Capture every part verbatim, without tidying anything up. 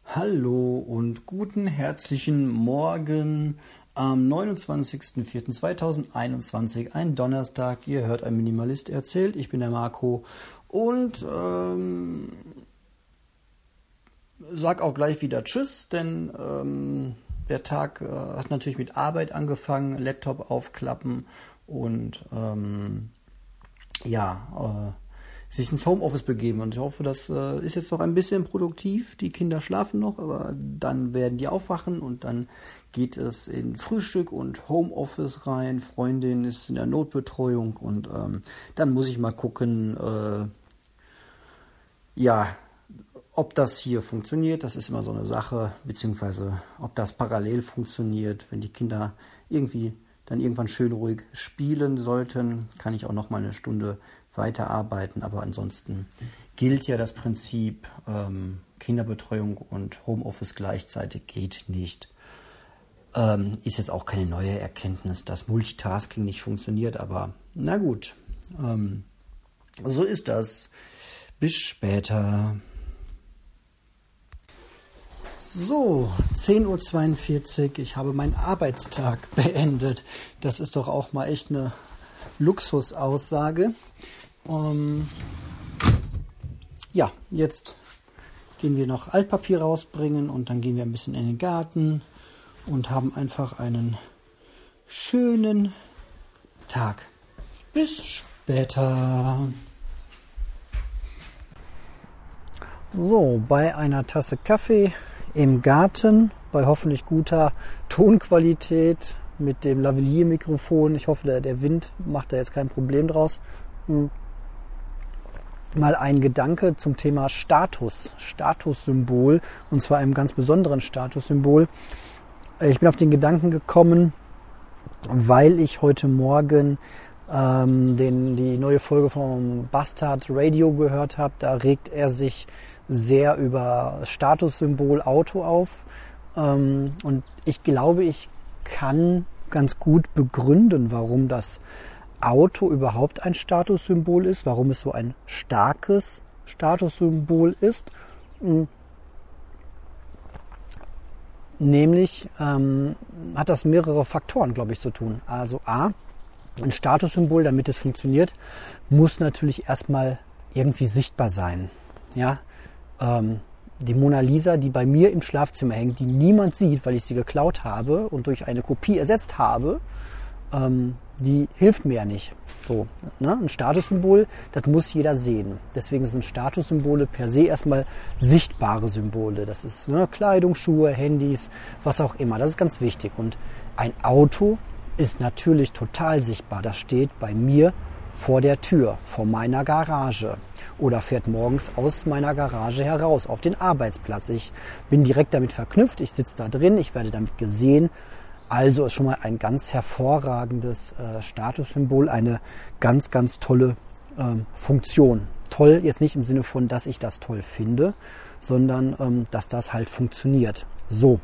Hallo und guten herzlichen Morgen am neunundzwanzigsten vierten zweitausendeinundzwanzig, ein Donnerstag. Ihr hört ein Minimalist erzählt. Ich bin der Marco und ähm, sag auch gleich wieder Tschüss, denn ähm, der Tag äh, hat natürlich mit Arbeit angefangen, Laptop aufklappen und ähm, ja, äh, sich ins Homeoffice begeben. Und ich hoffe, das äh, ist jetzt noch ein bisschen produktiv. Die Kinder schlafen noch, aber dann werden die aufwachen und dann geht es in Frühstück und Homeoffice rein. Freundin ist in der Notbetreuung und ähm, dann muss ich mal gucken, äh, ja, ob das hier funktioniert. Das ist immer so eine Sache, beziehungsweise ob das parallel funktioniert. Wenn die Kinder irgendwie dann irgendwann schön ruhig spielen sollten, kann ich auch noch mal eine Stunde weiterarbeiten, aber ansonsten gilt ja das Prinzip, ähm, Kinderbetreuung und Homeoffice gleichzeitig geht nicht. Ähm, ist jetzt auch keine neue Erkenntnis, dass Multitasking nicht funktioniert, aber na gut, ähm, so ist das. Bis später. So, zehn Uhr zweiundvierzig, ich habe meinen Arbeitstag beendet. Das ist doch auch mal echt eine Luxusaussage. Um, ja, jetzt gehen wir noch Altpapier rausbringen und dann gehen wir ein bisschen in den Garten und haben einfach einen schönen Tag. Bis später. So, bei einer Tasse Kaffee im Garten, bei hoffentlich guter Tonqualität mit dem Lavalier-Mikrofon. Ich hoffe, der, der Wind macht da jetzt kein Problem draus. Hm. Mal ein Gedanke zum Thema Status, Statussymbol, und zwar einem ganz besonderen Statussymbol. Ich bin auf den Gedanken gekommen, weil ich heute Morgen ähm, den, die neue Folge vom Bastard Radio gehört habe. Da regt er sich sehr über Statussymbol Auto auf. Ähm, und ich glaube, ich kann ganz gut begründen, warum das Auto überhaupt ein Statussymbol ist, warum es so ein starkes Statussymbol ist. Nämlich ähm, hat das mehrere Faktoren, glaube ich, zu tun. Also A, ein Statussymbol, damit es funktioniert, muss natürlich erstmal irgendwie sichtbar sein. Ja, ähm, die Mona Lisa, die bei mir im Schlafzimmer hängt, die niemand sieht, weil ich sie geklaut habe und durch eine Kopie ersetzt habe, ähm, die hilft mir ja nicht. So, ne? Ein Statussymbol, das muss jeder sehen. Deswegen sind Statussymbole per se erstmal sichtbare Symbole. Das ist ne, Kleidung, Schuhe, Handys, was auch immer. Das ist ganz wichtig. Und ein Auto ist natürlich total sichtbar. Das steht bei mir vor der Tür, vor meiner Garage. Oder fährt morgens aus meiner Garage heraus auf den Arbeitsplatz. Ich bin direkt damit verknüpft. Ich sitze da drin, ich werde damit gesehen. Also ist schon mal ein ganz hervorragendes äh, Statussymbol, eine ganz, ganz tolle ähm, Funktion. Toll jetzt nicht im Sinne von, dass ich das toll finde, sondern ähm, dass das halt funktioniert. So,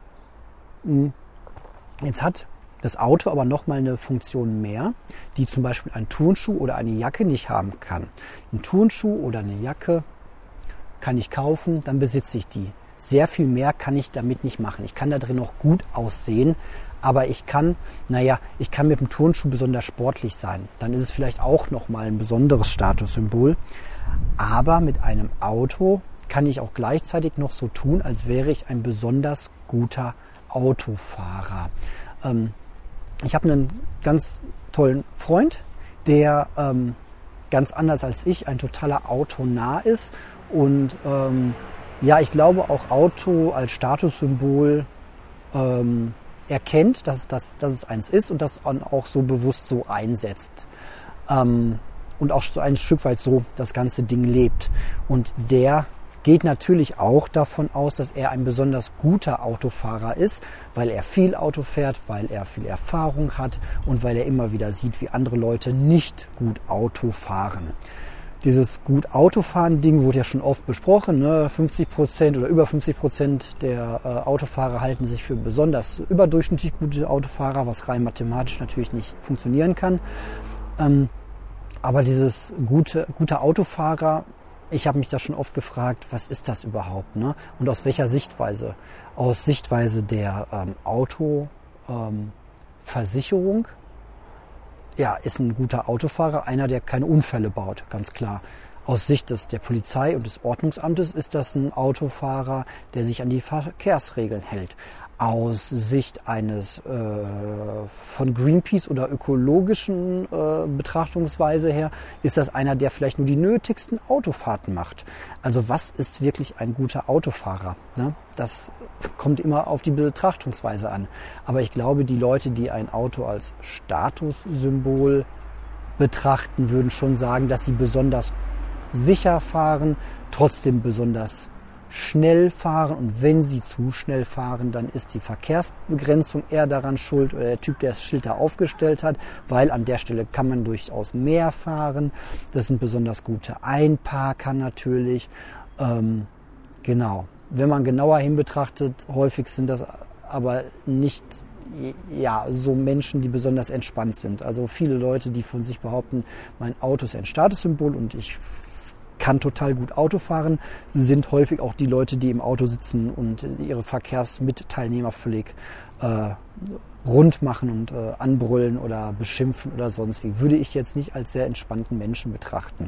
jetzt hat das Auto aber nochmal eine Funktion mehr, die zum Beispiel ein Turnschuh oder eine Jacke nicht haben kann. Ein Turnschuh oder eine Jacke kann ich kaufen, dann besitze ich die. Sehr viel mehr kann ich damit nicht machen. Ich kann da drin auch gut aussehen, aber ich kann, naja, ich kann mit dem Turnschuh besonders sportlich sein. Dann ist es vielleicht auch nochmal ein besonderes Statussymbol. Aber mit einem Auto kann ich auch gleichzeitig noch so tun, als wäre ich ein besonders guter Autofahrer. Ähm, ich habe einen ganz tollen Freund, der ähm, ganz anders als ich ein totaler Autonah ist und ähm, ja, ich glaube auch Auto als Statussymbol ähm, erkennt, dass es, das, dass es eins ist und das auch so bewusst so einsetzt. Ähm, und auch so ein Stück weit so das ganze Ding lebt. Und der geht natürlich auch davon aus, dass er ein besonders guter Autofahrer ist, weil er viel Auto fährt, weil er viel Erfahrung hat und weil er immer wieder sieht, wie andere Leute nicht gut Auto fahren. Dieses gut Autofahren-Ding wurde ja schon oft besprochen. Ne? fünfzig Prozent oder über fünfzig Prozent der äh, Autofahrer halten sich für besonders überdurchschnittlich gute Autofahrer, was rein mathematisch natürlich nicht funktionieren kann. Ähm, aber dieses gute, gute Autofahrer ich habe mich da schon oft gefragt, was ist das überhaupt, ne? Und aus welcher Sichtweise? Aus Sichtweise der ähm, Autoversicherung, ähm, ja, ist ein guter Autofahrer einer, der keine Unfälle baut, ganz klar. Aus Sicht des, der Polizei und des Ordnungsamtes ist das ein Autofahrer, der sich an die Verkehrsregeln hält. Aus Sicht eines äh, von Greenpeace oder ökologischen äh, Betrachtungsweise her ist das einer, der vielleicht nur die nötigsten Autofahrten macht. Also was ist wirklich ein guter Autofahrer? Ne? Das kommt immer auf die Betrachtungsweise an. Aber ich glaube, die Leute, die ein Auto als Statussymbol betrachten, würden schon sagen, dass sie besonders sicher fahren, trotzdem besonders schnell fahren, und wenn sie zu schnell fahren, dann ist die Verkehrsbegrenzung eher daran schuld oder der Typ, der das Schild da aufgestellt hat, weil an der Stelle kann man durchaus mehr fahren. Das sind besonders gute Einparker natürlich. Ähm, genau. Wenn man genauer hin betrachtet, häufig sind das aber nicht ja, so Menschen, die besonders entspannt sind. Also viele Leute, die von sich behaupten, mein Auto ist ein Statussymbol und ich kann total gut Auto fahren, sind häufig auch die Leute, die im Auto sitzen und ihre Verkehrsmitteilnehmer völlig äh, rund machen und äh, anbrüllen oder beschimpfen oder sonst wie. Würde ich jetzt nicht als sehr entspannten Menschen betrachten.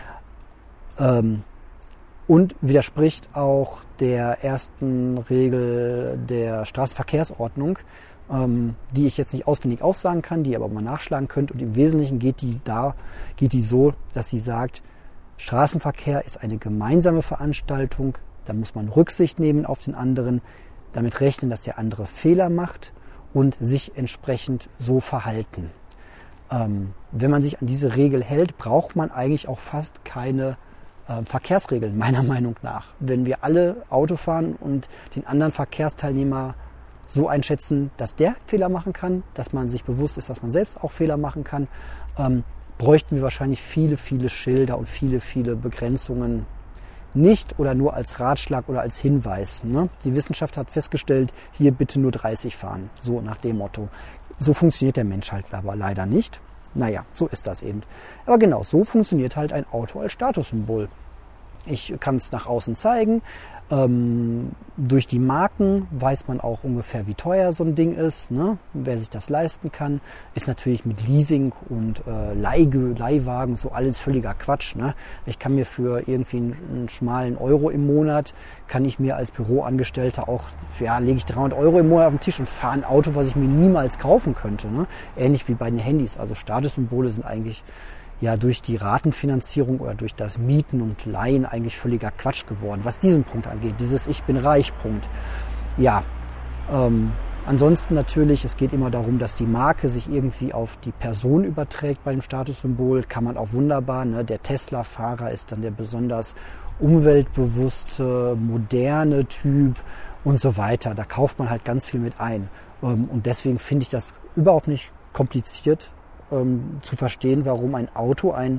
Ähm, und widerspricht auch der ersten Regel der Straßenverkehrsordnung, ähm, die ich jetzt nicht auswendig aussagen kann, die ihr aber mal nachschlagen könnt. Und im Wesentlichen geht die da, geht die so, dass sie sagt, Straßenverkehr ist eine gemeinsame Veranstaltung, da muss man Rücksicht nehmen auf den anderen, damit rechnen, dass der andere Fehler macht und sich entsprechend so verhalten. Ähm, wenn man sich an diese Regel hält, braucht man eigentlich auch fast keine äh, Verkehrsregeln, meiner Meinung nach. Wenn wir alle Auto fahren und den anderen Verkehrsteilnehmer so einschätzen, dass der Fehler machen kann, dass man sich bewusst ist, dass man selbst auch Fehler machen kann, ähm, bräuchten wir wahrscheinlich viele, viele Schilder und viele, viele Begrenzungen nicht oder nur als Ratschlag oder als Hinweis. Ne? Die Wissenschaft hat festgestellt, hier bitte nur dreißig fahren, so nach dem Motto. So funktioniert der Mensch halt aber leider nicht. Naja, so ist das eben. Aber genau, so funktioniert halt ein Auto als Statussymbol. Ich kann es nach außen zeigen. Ähm, durch die Marken weiß man auch ungefähr, wie teuer so ein Ding ist, ne? Wer sich das leisten kann. Ist natürlich mit Leasing und äh, Leihge- Leihwagen so alles völliger Quatsch. Ne? Ich kann mir für irgendwie einen, einen schmalen Euro im Monat, kann ich mir als Büroangestellter auch, ja, lege ich dreihundert Euro im Monat auf den Tisch und fahre ein Auto, was ich mir niemals kaufen könnte. Ne? Ähnlich wie bei den Handys. Also Statussymbole sind eigentlich ja durch die Ratenfinanzierung oder durch das Mieten und Leihen eigentlich völliger Quatsch geworden, was diesen Punkt angeht, dieses Ich bin reich Punkt. Ja, ähm, ansonsten natürlich, es geht immer darum, dass die Marke sich irgendwie auf die Person überträgt bei dem Statussymbol, kann man auch wunderbar, ne? Der Tesla-Fahrer ist dann der besonders umweltbewusste, moderne Typ und so weiter. Da kauft man halt ganz viel mit ein. Ähm, und deswegen finde ich das überhaupt nicht kompliziert, Ähm, zu verstehen, warum ein Auto ein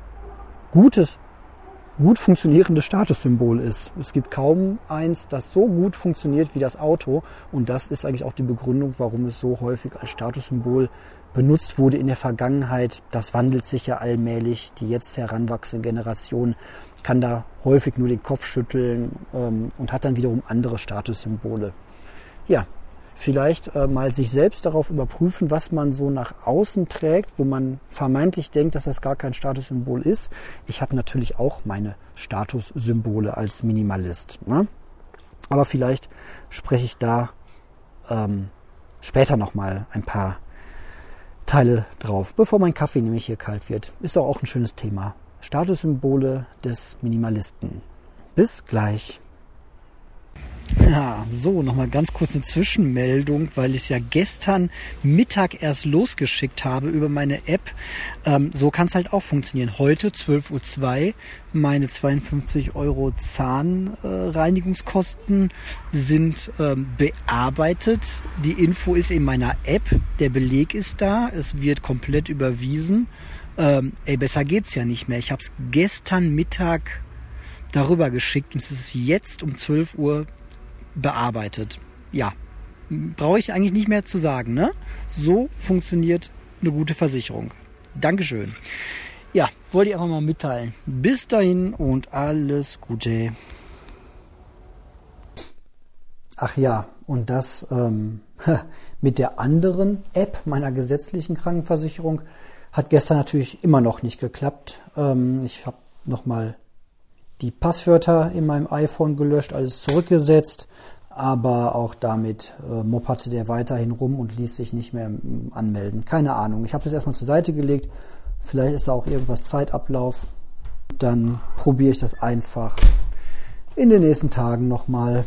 gutes, gut funktionierendes Statussymbol ist. Es gibt kaum eins, das so gut funktioniert wie das Auto, und das ist eigentlich auch die Begründung, warum es so häufig als Statussymbol benutzt wurde in der Vergangenheit. Das wandelt sich ja allmählich. Die jetzt heranwachsende Generation kann da häufig nur den Kopf schütteln ähm, und hat dann wiederum andere Statussymbole. Ja, vielleicht äh, mal sich selbst darauf überprüfen, was man so nach außen trägt, wo man vermeintlich denkt, dass das gar kein Statussymbol ist. Ich habe natürlich auch meine Statussymbole als Minimalist. Ne? Aber vielleicht spreche ich da ähm, später nochmal ein paar Teile drauf, bevor mein Kaffee nämlich hier kalt wird. Ist doch auch ein schönes Thema. Statussymbole des Minimalisten. Bis gleich. Ja, so, nochmal ganz kurz eine Zwischenmeldung, weil ich es ja gestern Mittag erst losgeschickt habe über meine App. Ähm, so kann es halt auch funktionieren. Heute, zwölf Uhr zwei, meine zweiundfünfzig Euro Zahnreinigungskosten äh, sind ähm, bearbeitet. Die Info ist in meiner App, der Beleg ist da, es wird komplett überwiesen. Ähm, ey, besser geht's ja nicht mehr. Ich habe es gestern Mittag darüber geschickt und es ist jetzt um zwölf Uhr bearbeitet. Ja, brauche ich eigentlich nicht mehr zu sagen, ne? So funktioniert eine gute Versicherung. Dankeschön. Ja, wollte ich einfach mal mitteilen. Bis dahin und alles Gute. Ach ja, und das ähm, mit der anderen App meiner gesetzlichen Krankenversicherung hat gestern natürlich immer noch nicht geklappt. Ähm, ich habe nochmal die Passwörter in meinem iPhone gelöscht, alles zurückgesetzt, aber auch damit äh, mopperte der weiterhin rum und ließ sich nicht mehr ähm, anmelden. Keine Ahnung, ich habe das erstmal zur Seite gelegt, vielleicht ist da auch irgendwas Zeitablauf. Dann probiere ich das einfach in den nächsten Tagen nochmal.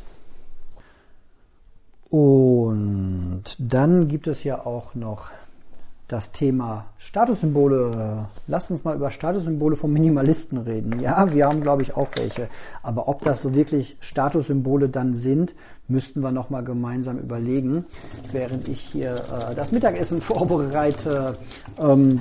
Und dann gibt es ja auch noch das Thema Statussymbole. Lasst uns mal über Statussymbole von Minimalisten reden. Ja, wir haben, glaube ich, auch welche. Aber ob das so wirklich Statussymbole dann sind, müssten wir noch mal gemeinsam überlegen, während ich hier äh, das Mittagessen vorbereite. Ähm,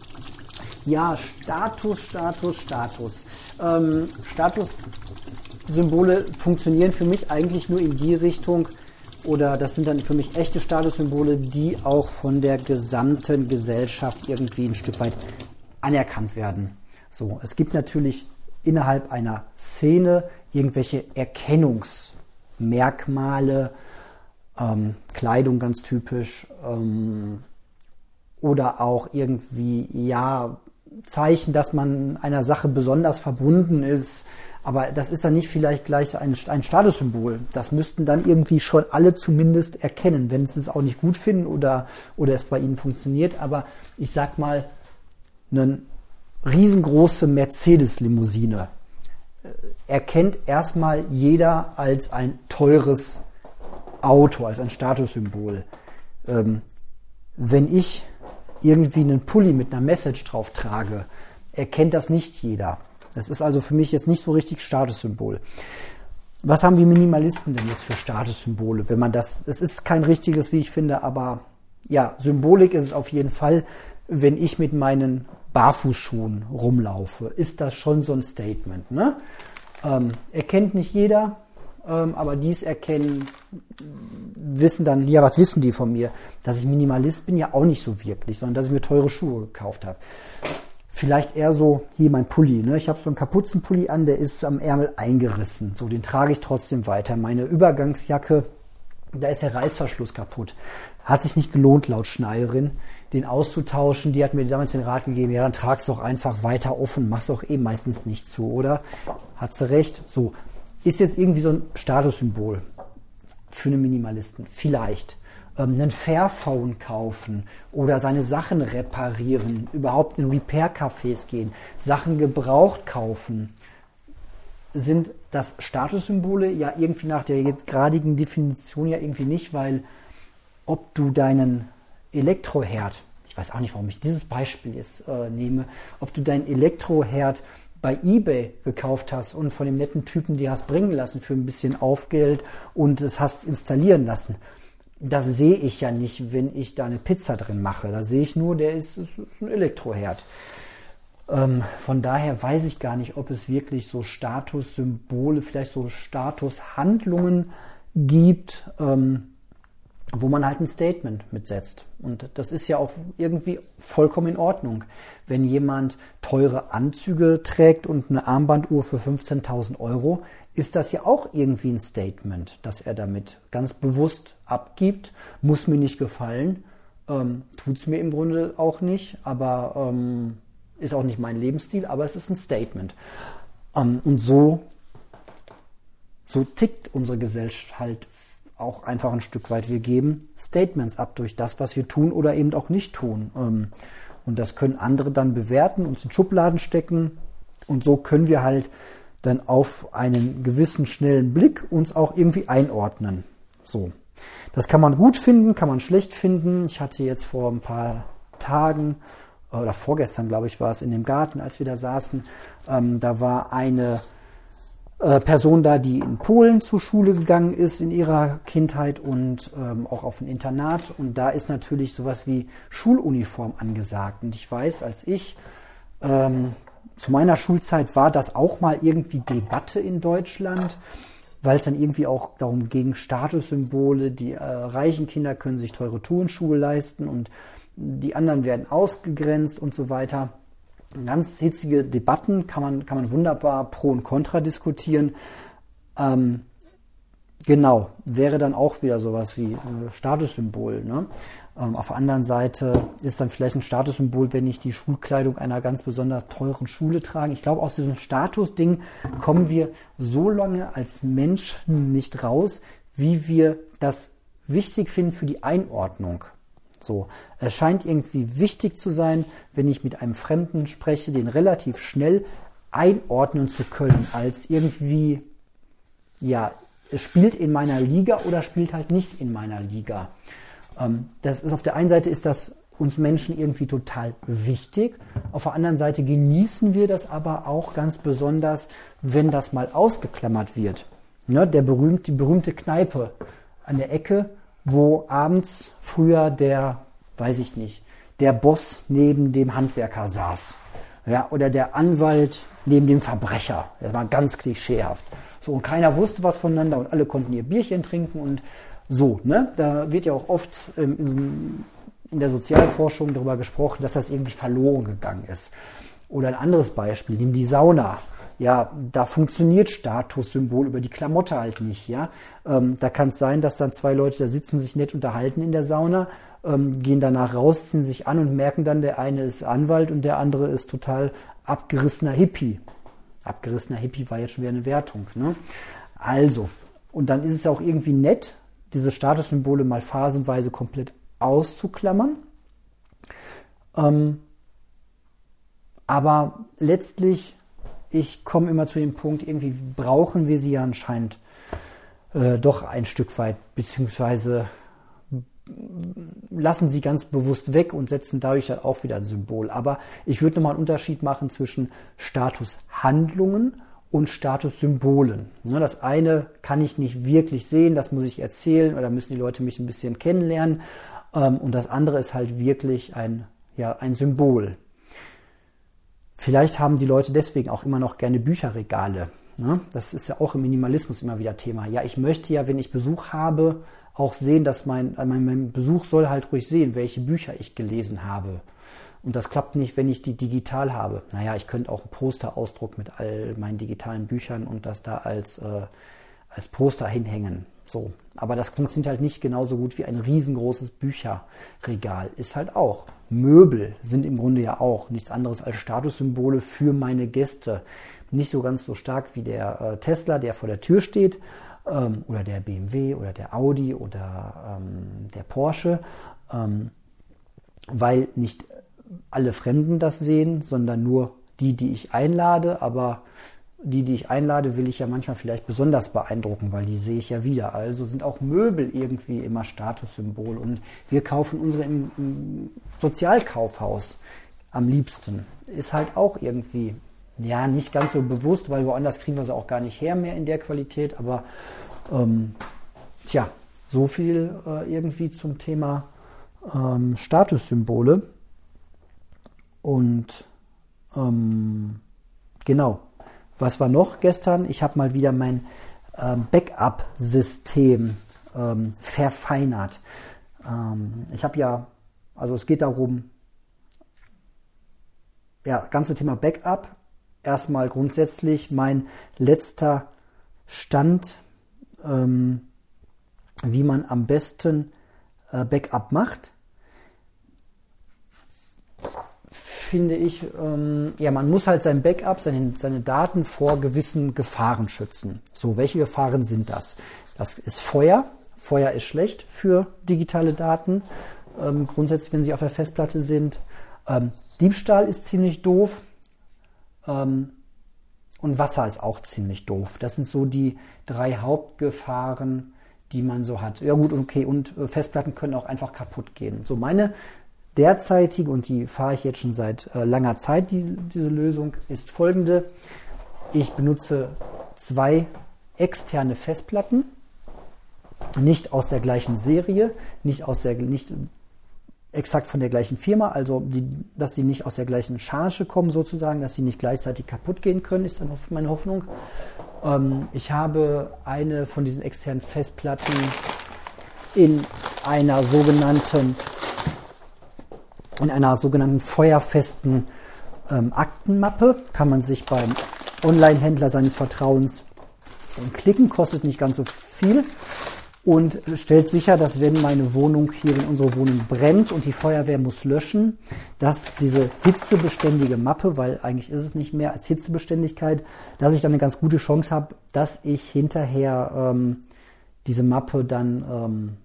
ja, Status, Status, Status. Ähm, Statussymbole funktionieren für mich eigentlich nur in die Richtung, oder das sind dann für mich echte Statussymbole, die auch von der gesamten Gesellschaft irgendwie ein Stück weit anerkannt werden. So, es gibt natürlich innerhalb einer Szene irgendwelche Erkennungsmerkmale, ähm, Kleidung ganz typisch, ähm, oder auch irgendwie, ja, Zeichen, dass man einer Sache besonders verbunden ist. Aber das ist dann nicht vielleicht gleich ein, ein Statussymbol. Das müssten dann irgendwie schon alle zumindest erkennen, wenn sie es auch nicht gut finden oder, oder es bei ihnen funktioniert. Aber ich sag mal, eine riesengroße Mercedes-Limousine erkennt erstmal jeder als ein teures Auto, als ein Statussymbol. Ähm, wenn ich irgendwie einen Pulli mit einer Message drauf trage, erkennt das nicht jeder. Das ist also für mich jetzt nicht so richtig Statussymbol. Was haben wir Minimalisten denn jetzt für Statussymbole? Wenn man das, es ist kein richtiges, wie ich finde, aber ja, Symbolik ist es auf jeden Fall. Wenn ich mit meinen Barfußschuhen rumlaufe, ist das schon so ein Statement. Ne? Ähm, erkennt nicht jeder, ähm, aber dies erkennen, wissen dann, ja, was wissen die von mir? Dass ich Minimalist bin, ja auch nicht so wirklich, sondern dass ich mir teure Schuhe gekauft habe. Vielleicht eher so, hier mein Pulli. Ne? Ich habe so einen Kapuzenpulli an, der ist am Ärmel eingerissen. So, den trage ich trotzdem weiter. Meine Übergangsjacke, da ist der Reißverschluss kaputt. Hat sich nicht gelohnt, laut Schneiderin, den auszutauschen. Die hat mir damals den Rat gegeben, ja, dann tragst du auch einfach weiter offen. Machst auch eh meistens nicht zu, oder? Hat sie recht. So, ist jetzt irgendwie so ein Statussymbol für einen Minimalisten. Vielleicht. Einen Fairphone kaufen oder seine Sachen reparieren, überhaupt in Repair-Cafés gehen, Sachen gebraucht kaufen, sind das Statussymbole ja irgendwie nach der gradigen Definition ja irgendwie nicht, weil ob du deinen Elektroherd, ich weiß auch nicht, warum ich dieses Beispiel jetzt äh, nehme, ob du deinen Elektroherd bei eBay gekauft hast und von dem netten Typen dir hast bringen lassen für ein bisschen Aufgeld und es hast installieren lassen. Das sehe ich ja nicht, wenn ich da eine Pizza drin mache. Da sehe ich nur, der ist, ist, ist ein Elektroherd. Ähm, von daher weiß ich gar nicht, ob es wirklich so Statussymbole, vielleicht so Statushandlungen gibt, ähm, wo man halt ein Statement mitsetzt. Und das ist ja auch irgendwie vollkommen in Ordnung. Wenn jemand teure Anzüge trägt und eine Armbanduhr für fünfzehntausend Euro, ist das ja auch irgendwie ein Statement, das er damit ganz bewusst abgibt. Muss mir nicht gefallen, ähm, tut es mir im Grunde auch nicht, aber ähm, ist auch nicht mein Lebensstil, aber es ist ein Statement. Ähm, und so, so tickt unsere Gesellschaft halt auch einfach ein Stück weit. Wir geben Statements ab durch das, was wir tun oder eben auch nicht tun. Ähm, und das können andere dann bewerten, uns in Schubladen stecken und so können wir halt dann auf einen gewissen schnellen Blick uns auch irgendwie einordnen. So. Das kann man gut finden, kann man schlecht finden. Ich hatte jetzt vor ein paar Tagen oder vorgestern, glaube ich, war es in dem Garten, als wir da saßen, ähm, da war eine äh, Person da, die in Polen zur Schule gegangen ist in ihrer Kindheit und ähm, auch auf ein Internat. Und da ist natürlich sowas wie Schuluniform angesagt. Und ich weiß, als ich ähm, zu meiner Schulzeit war das auch mal irgendwie Debatte in Deutschland, weil es dann irgendwie auch darum ging, Statussymbole, die äh, reichen Kinder können sich teure Turnschuhe leisten und die anderen werden ausgegrenzt und so weiter. ganz hitzige Debatten, kann man, kann man wunderbar pro und contra diskutieren. Ähm, genau, wäre dann auch wieder sowas wie ein Statussymbol. Ne? Ähm, auf der anderen Seite ist dann vielleicht ein Statussymbol, wenn ich die Schulkleidung einer ganz besonders teuren Schule trage. Ich glaube, aus diesem Statusding kommen wir so lange als Menschen nicht raus, wie wir das wichtig finden für die Einordnung. So, es scheint irgendwie wichtig zu sein, wenn ich mit einem Fremden spreche, den relativ schnell einordnen zu können, als irgendwie, ja, es spielt in meiner Liga oder spielt halt nicht in meiner Liga. Ähm, das ist, auf der einen Seite ist das uns Menschen irgendwie total wichtig, auf der anderen Seite genießen wir das aber auch ganz besonders, wenn das mal ausgeklammert wird. Ne, der berühmt, die berühmte Kneipe an der Ecke, wo abends früher der, weiß ich nicht, der Boss neben dem Handwerker saß. Ja, oder der Anwalt neben dem Verbrecher. Das war ganz klischeehaft. So, und keiner wusste was voneinander und alle konnten ihr Bierchen trinken und so. Ne? Da wird ja auch oft ähm, in der Sozialforschung darüber gesprochen, dass das irgendwie verloren gegangen ist. Oder ein anderes Beispiel, nimm die Sauna. Ja, da funktioniert Statussymbol über die Klamotte halt nicht. Ja, ähm, da kann es sein, dass dann zwei Leute da sitzen, sich nett unterhalten in der Sauna, ähm, gehen danach raus, ziehen sich an und merken dann, der eine ist Anwalt und der andere ist total abgerissener Hippie. Abgerissener Hippie war jetzt schon wieder eine Wertung. Ne? Also, und dann ist es auch irgendwie nett, diese Statussymbole mal phasenweise komplett auszuklammern. Ähm, aber letztlich ich komme immer zu dem Punkt, irgendwie brauchen wir sie ja anscheinend äh, doch ein Stück weit, beziehungsweise lassen sie ganz bewusst weg und setzen dadurch dann auch wieder ein Symbol. Aber ich würde nochmal einen Unterschied machen zwischen Statushandlungen und Statussymbolen. Ne, das eine kann ich nicht wirklich sehen, das muss ich erzählen oder müssen die Leute mich ein bisschen kennenlernen. Ähm, und das andere ist halt wirklich ein, ja, ein Symbol. Vielleicht haben die Leute deswegen auch immer noch gerne Bücherregale. Ne? Das ist ja auch im Minimalismus immer wieder Thema. Ja, ich möchte ja, wenn ich Besuch habe, auch sehen, dass mein, mein, mein Besuch soll halt ruhig sehen, welche Bücher ich gelesen habe. Und das klappt nicht, wenn ich die digital habe. Naja, ich könnte auch einen Poster ausdrucken mit all meinen digitalen Büchern und das da als, äh, als Poster hinhängen. So. Aber das funktioniert halt nicht genauso gut wie ein riesengroßes Bücherregal. Ist halt auch. Möbel sind im Grunde ja auch nichts anderes als Statussymbole für meine Gäste. Nicht so ganz so stark wie der äh, Tesla, der vor der Tür steht, ähm, oder der B M W oder der Audi oder ähm, der Porsche, ähm, weil nicht alle Fremden das sehen, sondern nur die, die ich einlade, aber die, die ich einlade, will ich ja manchmal vielleicht besonders beeindrucken, weil die sehe ich ja wieder. Also sind auch Möbel irgendwie immer Statussymbol. Und wir kaufen unsere im, im Sozialkaufhaus am liebsten. Ist halt auch irgendwie, ja, nicht ganz so bewusst, weil woanders kriegen wir sie auch gar nicht her mehr in der Qualität. Aber, ähm, tja, so viel äh, irgendwie zum Thema ähm, Statussymbole. Und, ähm, genau. Was war noch gestern? Ich habe mal wieder mein ähm, Backup-System ähm, verfeinert. Ähm, ich habe ja, also es geht darum, ja, ganze Thema Backup. Erstmal grundsätzlich mein letzter Stand, ähm, wie man am besten äh, Backup macht. Finde ich, ähm, ja, man muss halt sein Backup, seine, seine Daten vor gewissen Gefahren schützen. So, welche Gefahren sind das? Das ist Feuer. Feuer ist schlecht für digitale Daten. Ähm, grundsätzlich, wenn sie auf der Festplatte sind. Ähm, Diebstahl ist ziemlich doof. Ähm, und Wasser ist auch ziemlich doof. Das sind so die drei Hauptgefahren, die man so hat. Ja gut, okay, und äh, Festplatten können auch einfach kaputt gehen. So, meine derzeitige, und die fahre ich jetzt schon seit äh, langer Zeit, die, diese Lösung, ist folgende. Ich benutze zwei externe Festplatten, nicht aus der gleichen Serie, nicht, aus der, nicht exakt von der gleichen Firma, also die, dass die nicht aus der gleichen Charge kommen sozusagen, dass sie nicht gleichzeitig kaputt gehen können, ist dann meine Hoffnung. Ähm, ich habe eine von diesen externen Festplatten in einer sogenannten in einer sogenannten feuerfesten ähm, Aktenmappe, kann man sich beim Online-Händler seines Vertrauens klicken, kostet nicht ganz so viel und stellt sicher, dass wenn meine Wohnung hier, wenn unsere Wohnung brennt und die Feuerwehr muss löschen, dass diese hitzebeständige Mappe, weil eigentlich ist es nicht mehr als Hitzebeständigkeit, dass ich dann eine ganz gute Chance habe, dass ich hinterher ähm, diese Mappe dann, ähm,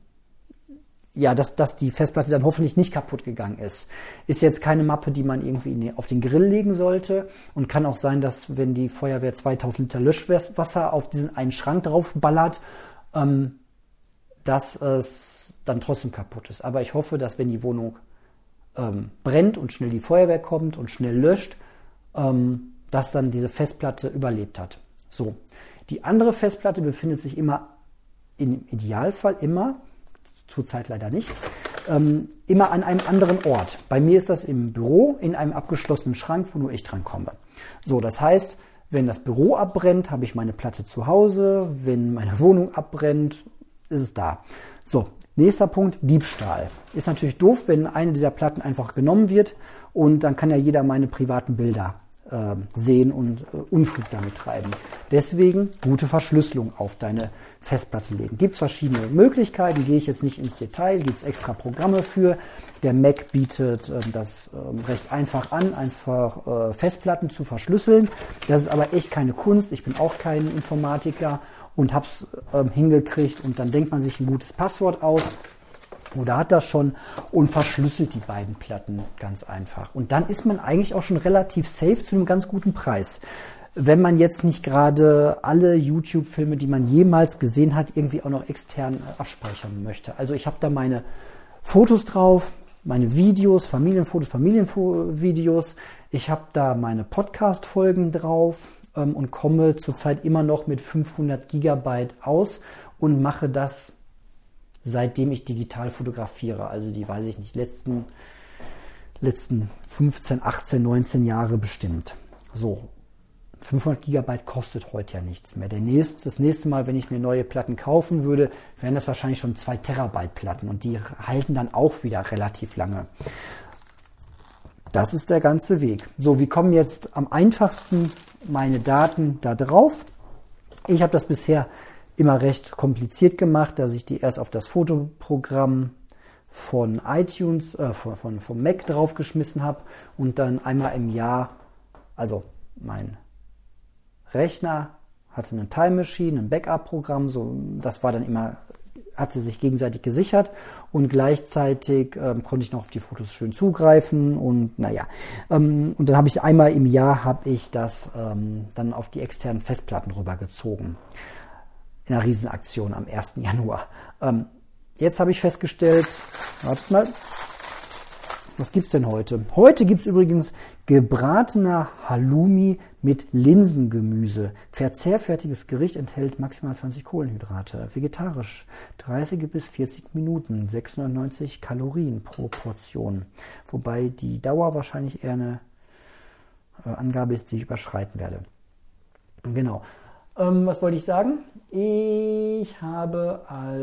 ja, dass, dass die Festplatte dann hoffentlich nicht kaputt gegangen ist. Ist jetzt keine Mappe, die man irgendwie auf den Grill legen sollte und kann auch sein, dass wenn die Feuerwehr zweitausend Liter Löschwasser auf diesen einen Schrank drauf ballert, ähm, dass es dann trotzdem kaputt ist. Aber ich hoffe, dass wenn die Wohnung ähm, brennt und schnell die Feuerwehr kommt und schnell löscht, ähm, dass dann diese Festplatte überlebt hat. So, die andere Festplatte befindet sich immer, im Idealfall immer, zurzeit leider nicht, ähm, immer an einem anderen Ort. Bei mir ist das im Büro, in einem abgeschlossenen Schrank, wo nur ich dran komme. So, das heißt, wenn das Büro abbrennt, habe ich meine Platte zu Hause. Wenn meine Wohnung abbrennt, ist es da. So, nächster Punkt, Diebstahl. Ist natürlich doof, wenn eine dieser Platten einfach genommen wird und dann kann ja jeder meine privaten Bilder äh, sehen und äh, Unfug damit treiben. Deswegen gute Verschlüsselung auf deine Festplatte legen. Gibt es verschiedene Möglichkeiten, gehe ich jetzt nicht ins Detail, gibt es extra Programme für. Der Mac bietet äh, das äh, recht einfach an, einfach äh, Festplatten zu verschlüsseln. Das ist aber echt keine Kunst, ich bin auch kein Informatiker und habe es ähm, hingekriegt und dann denkt man sich ein gutes Passwort aus oder hat das schon und verschlüsselt die beiden Platten ganz einfach. Und dann ist man eigentlich auch schon relativ safe zu einem ganz guten Preis. Wenn man jetzt nicht gerade alle YouTube-Filme, die man jemals gesehen hat, irgendwie auch noch extern abspeichern möchte. Also ich habe da meine Fotos drauf, meine Videos, Familienfotos, Familienvideos. Ich habe da meine Podcast-Folgen drauf ähm, und komme zurzeit immer noch mit fünfhundert Gigabyte aus und mache das, seitdem ich digital fotografiere. Also die, weiß ich nicht, letzten, letzten fünfzehn, achtzehn, neunzehn Jahre bestimmt. So. fünfhundert Gigabyte kostet heute ja nichts mehr. Der nächste, das nächste Mal, wenn ich mir neue Platten kaufen würde, wären das wahrscheinlich schon zwei Terabyte Platten und die halten dann auch wieder relativ lange. Das ist der ganze Weg. So, wie kommen jetzt am einfachsten meine Daten da drauf? Ich habe das bisher immer recht kompliziert gemacht, dass ich die erst auf das Fotoprogramm von iTunes, äh, von, von, vom Mac draufgeschmissen habe und dann einmal im Jahr, also mein Rechner hatte eine Time Machine, ein Backup-Programm, so, das war dann immer, hat sie sich gegenseitig gesichert und gleichzeitig ähm, konnte ich noch auf die Fotos schön zugreifen und naja, ähm, und dann habe ich einmal im Jahr habe ich das ähm, dann auf die externen Festplatten rübergezogen. In einer Riesenaktion am ersten Januar. Ähm, jetzt habe ich festgestellt, wartet mal, was gibt's denn heute? Heute gibt's übrigens gebratener Halloumi mit Linsengemüse. Verzehrfertiges Gericht enthält maximal zwanzig Kohlenhydrate. Vegetarisch dreißig bis vierzig Minuten, sechshundertneunzig Kalorien pro Portion. Wobei die Dauer wahrscheinlich eher eine äh, Angabe ist, die ich überschreiten werde. Genau. Ähm, was wollte ich sagen? Ich habe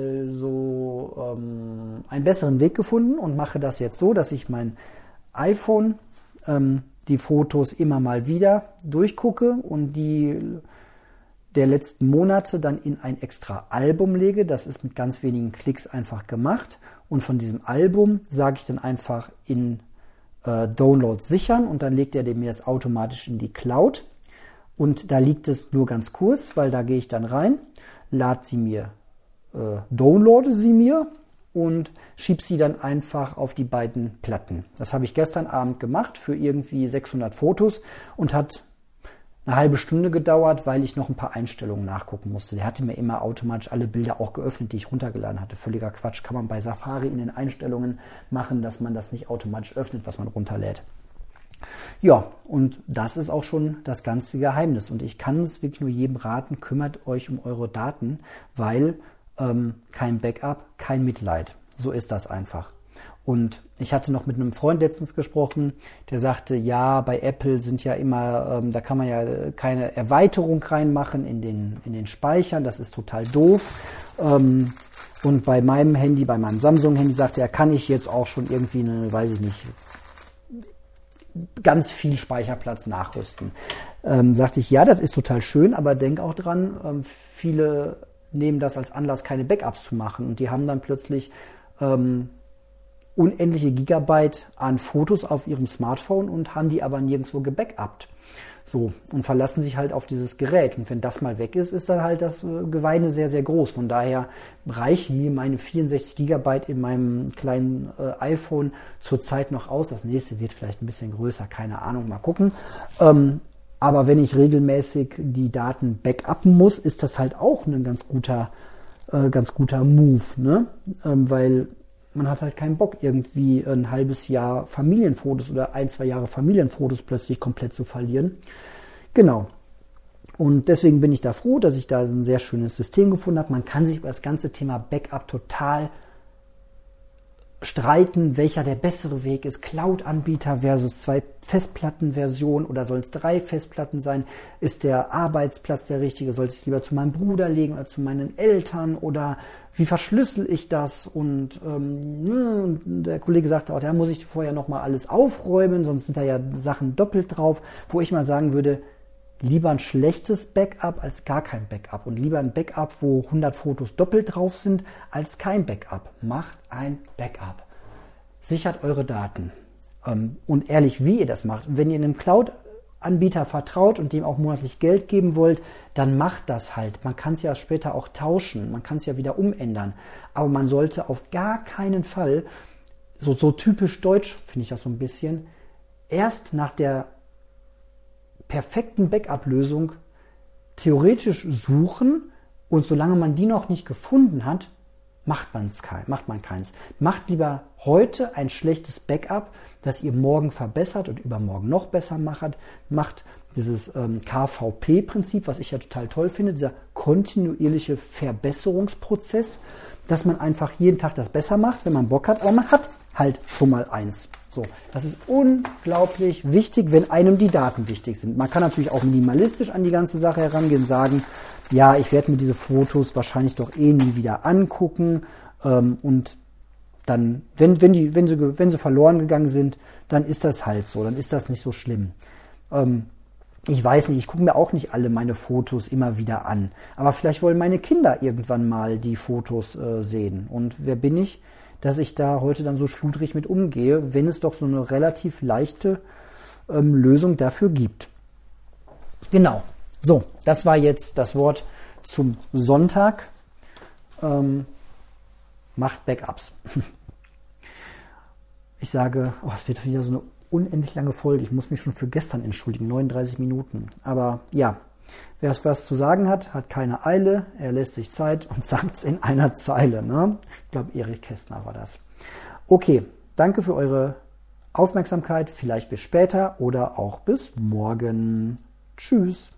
also ähm, einen besseren Weg gefunden und mache das jetzt so, dass ich mein iPhone ähm, die Fotos immer mal wieder durchgucke und die der letzten Monate dann in ein extra Album lege. Das ist mit ganz wenigen Klicks einfach gemacht. Und von diesem Album sage ich dann einfach in äh, Download sichern und dann legt er mir das automatisch in die Cloud. Und da liegt es nur ganz kurz, weil da gehe ich dann rein, lade sie mir, äh, downloade sie mir und schiebe sie dann einfach auf die beiden Platten. Das habe ich gestern Abend gemacht für irgendwie sechshundert Fotos und hat eine halbe Stunde gedauert, weil ich noch ein paar Einstellungen nachgucken musste. Der hatte mir immer automatisch alle Bilder auch geöffnet, die ich runtergeladen hatte. Völliger Quatsch, kann man bei Safari in den Einstellungen machen, dass man das nicht automatisch öffnet, was man runterlädt. Ja, und das ist auch schon das ganze Geheimnis. Und ich kann es wirklich nur jedem raten, kümmert euch um eure Daten, weil ähm, kein Backup, kein Mitleid. So ist das einfach. Und ich hatte noch mit einem Freund letztens gesprochen, der sagte, ja, bei Apple sind ja immer, ähm, da kann man ja keine Erweiterung reinmachen in den, in den Speichern, das ist total doof. Ähm, und bei meinem Handy, bei meinem Samsung-Handy sagte er, kann ich jetzt auch schon irgendwie eine, weiß ich nicht, ganz viel Speicherplatz nachrüsten. Ähm, sagte ich, ja, das ist total schön, aber denk auch dran, ähm, viele nehmen das als Anlass, keine Backups zu machen. Und die haben dann plötzlich ähm, unendliche Gigabyte an Fotos auf ihrem Smartphone und haben die aber nirgendwo gebackupt. So, und verlassen sich halt auf dieses Gerät. Und wenn das mal weg ist, ist dann halt das äh, Geweine sehr, sehr groß. Von daher reichen mir meine vierundsechzig Gigabyte in meinem kleinen äh, iPhone zurzeit noch aus. Das nächste wird vielleicht ein bisschen größer, keine Ahnung, mal gucken. Ähm, aber wenn ich regelmäßig die Daten backuppen muss, ist das halt auch ein ganz guter, äh, ganz guter Move, ne? Ähm, weil man hat halt keinen Bock, irgendwie ein halbes Jahr Familienfotos oder ein, zwei Jahre Familienfotos plötzlich komplett zu verlieren. Genau. Und deswegen bin ich da froh, dass ich da ein sehr schönes System gefunden habe. Man kann sich über das ganze Thema Backup total streiten, welcher der bessere Weg ist. Cloud-Anbieter versus zwei Festplattenversionen oder sollen es drei Festplatten sein? Ist der Arbeitsplatz der richtige? Sollte ich es lieber zu meinem Bruder legen oder zu meinen Eltern? Oder wie verschlüssel ich das? Und, ähm, ne, und der Kollege sagte auch, da muss ich vorher nochmal alles aufräumen, sonst sind da ja Sachen doppelt drauf, wo ich mal sagen würde, lieber ein schlechtes Backup als gar kein Backup und lieber ein Backup, wo hundert Fotos doppelt drauf sind, als kein Backup. Macht ein Backup. Sichert eure Daten. Und ehrlich, wie ihr das macht. Und wenn ihr einem Cloud-Anbieter vertraut und dem auch monatlich Geld geben wollt, dann macht das halt. Man kann es ja später auch tauschen. Man kann es ja wieder umändern. Aber man sollte auf gar keinen Fall, so, so typisch deutsch finde ich das so ein bisschen, erst nach der perfekten Backup-Lösung theoretisch suchen und solange man die noch nicht gefunden hat, macht, man's kein, macht man keins. Macht lieber heute ein schlechtes Backup, das ihr morgen verbessert und übermorgen noch besser macht. Macht dieses ähm, K V P-Prinzip, was ich ja total toll finde, dieser kontinuierliche Verbesserungsprozess, dass man einfach jeden Tag das besser macht, wenn man Bock hat, aber man hat halt schon mal eins. So, das ist unglaublich wichtig, wenn einem die Daten wichtig sind. Man kann natürlich auch minimalistisch an die ganze Sache herangehen und sagen, ja, ich werde mir diese Fotos wahrscheinlich doch eh nie wieder angucken ähm, und dann, wenn, wenn, die, wenn, sie, wenn sie verloren gegangen sind, dann ist das halt so, dann ist das nicht so schlimm. Ähm, ich weiß nicht, ich gucke mir auch nicht alle meine Fotos immer wieder an, aber vielleicht wollen meine Kinder irgendwann mal die Fotos äh, sehen. Und wer bin ich, dass ich da heute dann so schludrig mit umgehe, wenn es doch so eine relativ leichte ähm, Lösung dafür gibt. Genau. So, das war jetzt das Wort zum Sonntag. Ähm, macht Backups. Ich sage, oh, es wird wieder so eine unendlich lange Folge. Ich muss mich schon für gestern entschuldigen, neununddreißig Minuten. Aber ja, wer es was zu sagen hat, hat keine Eile. Er lässt sich Zeit und sagt es in einer Zeile. Ne? Ich glaube, Erich Kästner war das. Okay, danke für eure Aufmerksamkeit. Vielleicht bis später oder auch bis morgen. Tschüss.